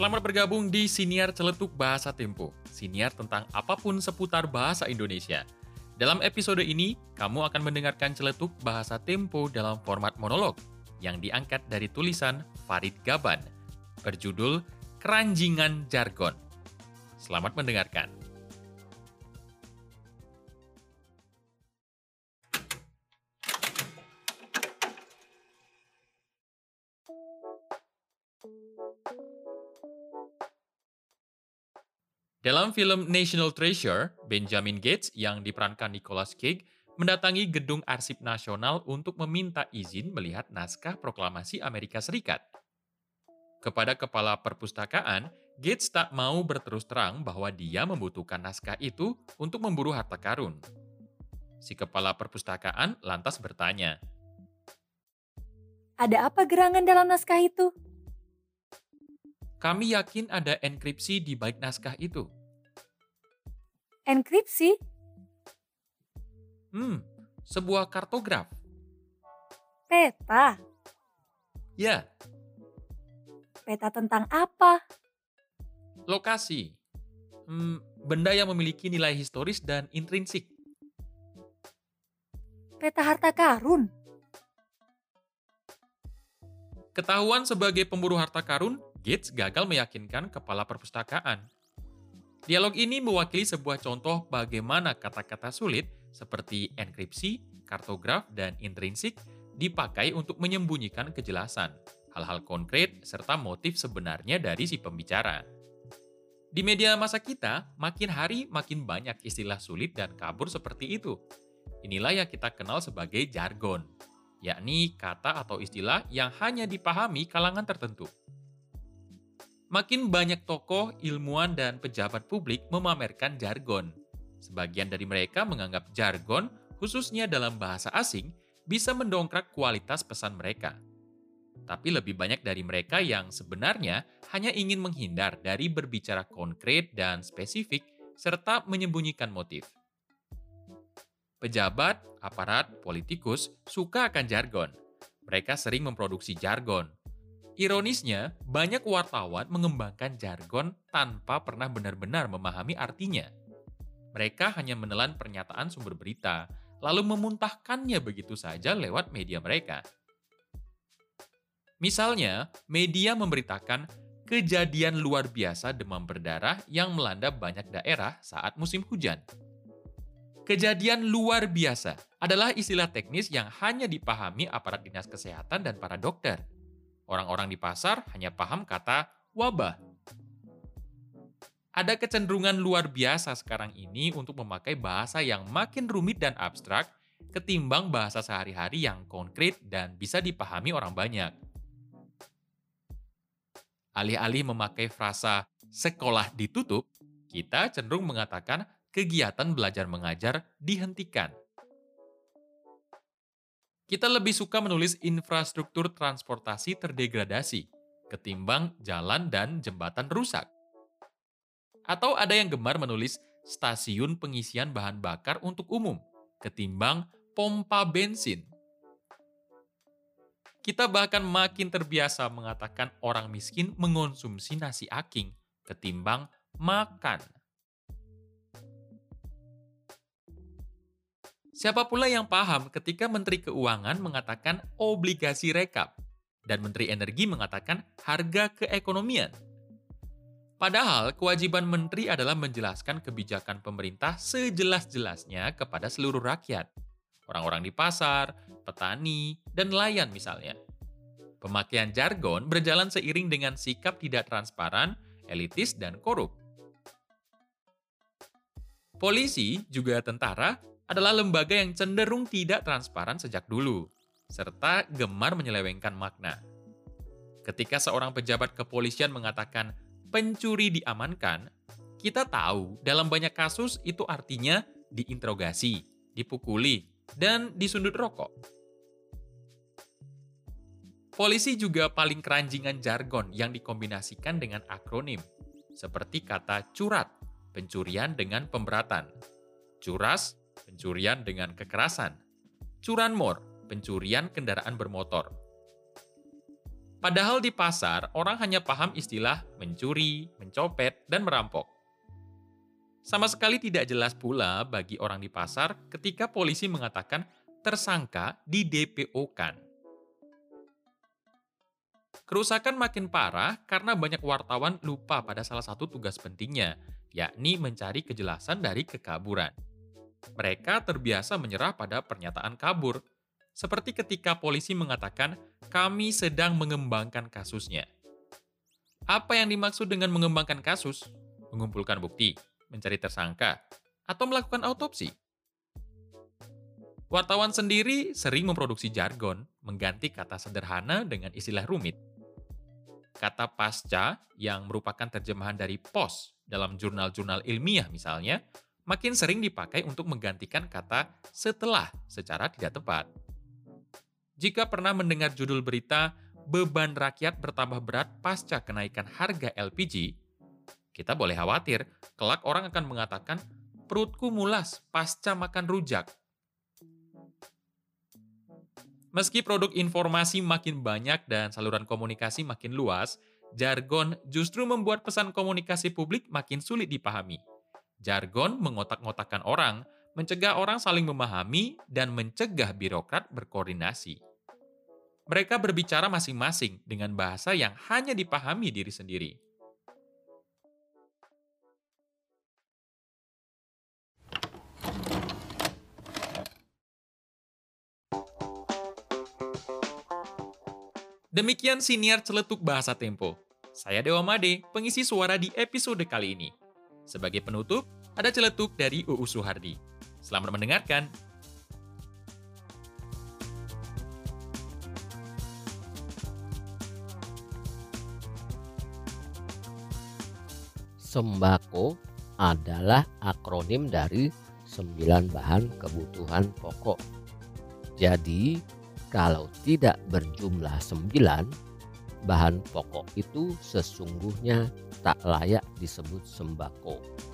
Selamat bergabung di Siniar Celetuk Bahasa Tempo. Siniar tentang apapun seputar bahasa Indonesia. Dalam episode ini, kamu akan mendengarkan celetuk bahasa Tempo dalam format monolog yang diangkat dari tulisan Farid Gaban, berjudul Keranjingan Jargon. Selamat mendengarkan. Dalam film National Treasure, Benjamin Gates yang diperankan Nicolas Cage mendatangi Gedung Arsip Nasional untuk meminta izin melihat naskah proklamasi Amerika Serikat. Kepada kepala perpustakaan, Gates tak mau berterus terang bahwa dia membutuhkan naskah itu untuk memburu harta karun. Si kepala perpustakaan lantas bertanya, Ada apa gerangan dalam naskah itu? "Kami yakin ada enkripsi di balik naskah itu." Enkripsi? Sebuah kartograf. Peta? Ya, Peta tentang apa? lokasi. Benda yang memiliki nilai historis dan intrinsik. Peta harta karun? Ketahuan sebagai pemburu harta karun, Gates gagal meyakinkan kepala perpustakaan. Dialog ini mewakili sebuah contoh bagaimana kata-kata sulit seperti enkripsi, kartograf, dan intrinsik dipakai untuk menyembunyikan kejelasan, hal-hal konkret, serta motif sebenarnya dari si pembicara. Di media masa kita, makin hari makin banyak istilah sulit dan kabur seperti itu. Inilah yang kita kenal sebagai jargon, yakni kata atau istilah yang hanya dipahami kalangan tertentu. Makin banyak tokoh, ilmuwan, dan pejabat publik memamerkan jargon. Sebagian dari mereka menganggap jargon, khususnya dalam bahasa asing, bisa mendongkrak kualitas pesan mereka. Tapi lebih banyak dari mereka yang sebenarnya hanya ingin menghindar dari berbicara konkret dan spesifik, serta menyembunyikan motif. Pejabat, aparat, politikus suka akan jargon. Mereka sering memproduksi jargon. Ironisnya, banyak wartawan mengembangkan jargon tanpa pernah benar-benar memahami artinya. Mereka hanya menelan pernyataan sumber berita, lalu memuntahkannya begitu saja lewat media mereka. Misalnya, media memberitakan kejadian luar biasa demam berdarah yang melanda banyak daerah saat musim hujan. Kejadian luar biasa adalah istilah teknis yang hanya dipahami aparat dinas kesehatan dan para dokter. Orang-orang di pasar hanya paham kata wabah. Ada kecenderungan luar biasa sekarang ini untuk memakai bahasa yang makin rumit dan abstrak ketimbang bahasa sehari-hari yang konkret dan bisa dipahami orang banyak. Alih-alih memakai frasa sekolah ditutup, kita cenderung mengatakan kegiatan belajar mengajar dihentikan. Kita lebih suka menulis infrastruktur transportasi terdegradasi ketimbang jalan dan jembatan rusak. Atau ada yang gemar menulis stasiun pengisian bahan bakar untuk umum ketimbang pompa bensin. Kita bahkan makin terbiasa mengatakan orang miskin mengonsumsi nasi aking ketimbang makan. Siapa pula yang paham ketika Menteri Keuangan mengatakan obligasi rekap dan Menteri Energi mengatakan harga keekonomian? Padahal kewajiban menteri adalah menjelaskan kebijakan pemerintah sejelas-jelasnya kepada seluruh rakyat. Orang-orang di pasar, petani, dan nelayan misalnya. Pemakaian jargon berjalan seiring dengan sikap tidak transparan, elitis, dan korup. Polisi, juga tentara, adalah lembaga yang cenderung tidak transparan sejak dulu, serta gemar menyelewengkan makna. Ketika seorang pejabat kepolisian mengatakan pencuri diamankan, kita tahu dalam banyak kasus itu artinya diinterogasi, dipukuli, dan disundut rokok. Polisi juga paling keranjingan jargon yang dikombinasikan dengan akronim, seperti kata curat, pencurian dengan pemberatan, curas, pencurian dengan kekerasan, curanmor, pencurian kendaraan bermotor. Padahal di pasar, orang hanya paham istilah mencuri, mencopet, dan merampok. Sama sekali tidak jelas pula bagi orang di pasar ketika polisi mengatakan tersangka di DPO-kan. Kerusakan makin parah karena banyak wartawan lupa pada salah satu tugas pentingnya, yakni mencari kejelasan dari kekaburan. Mereka terbiasa menyerah pada pernyataan kabur, seperti ketika polisi mengatakan, "Kami sedang mengembangkan kasusnya." Apa yang dimaksud dengan mengembangkan kasus? Mengumpulkan bukti, mencari tersangka, atau melakukan autopsi? Wartawan sendiri sering memproduksi jargon, mengganti kata sederhana dengan istilah rumit. Kata pasca, yang merupakan terjemahan dari pos dalam jurnal-jurnal ilmiah misalnya, makin sering dipakai untuk menggantikan kata setelah secara tidak tepat. Jika pernah mendengar judul berita, beban rakyat bertambah berat pasca kenaikan harga LPG, kita boleh khawatir, kelak orang akan mengatakan, perutku mulas pasca makan rujak. Meski produk informasi makin banyak dan saluran komunikasi makin luas, jargon justru membuat pesan komunikasi publik makin sulit dipahami. Jargon mengotak-ngotakkan orang, mencegah orang saling memahami, dan mencegah birokrat berkoordinasi. Mereka berbicara masing-masing dengan bahasa yang hanya dipahami diri sendiri. Demikian siniar celetuk bahasa Tempo. Saya Dewa Made, pengisi suara di episode kali ini. Sebagai penutup, ada celetuk dari UU Suhardi. Selamat mendengarkan. Sembako adalah akronim dari 9 bahan kebutuhan pokok. Jadi, kalau tidak berjumlah 9, bahan pokok itu sesungguhnya tak layak disebut sembako.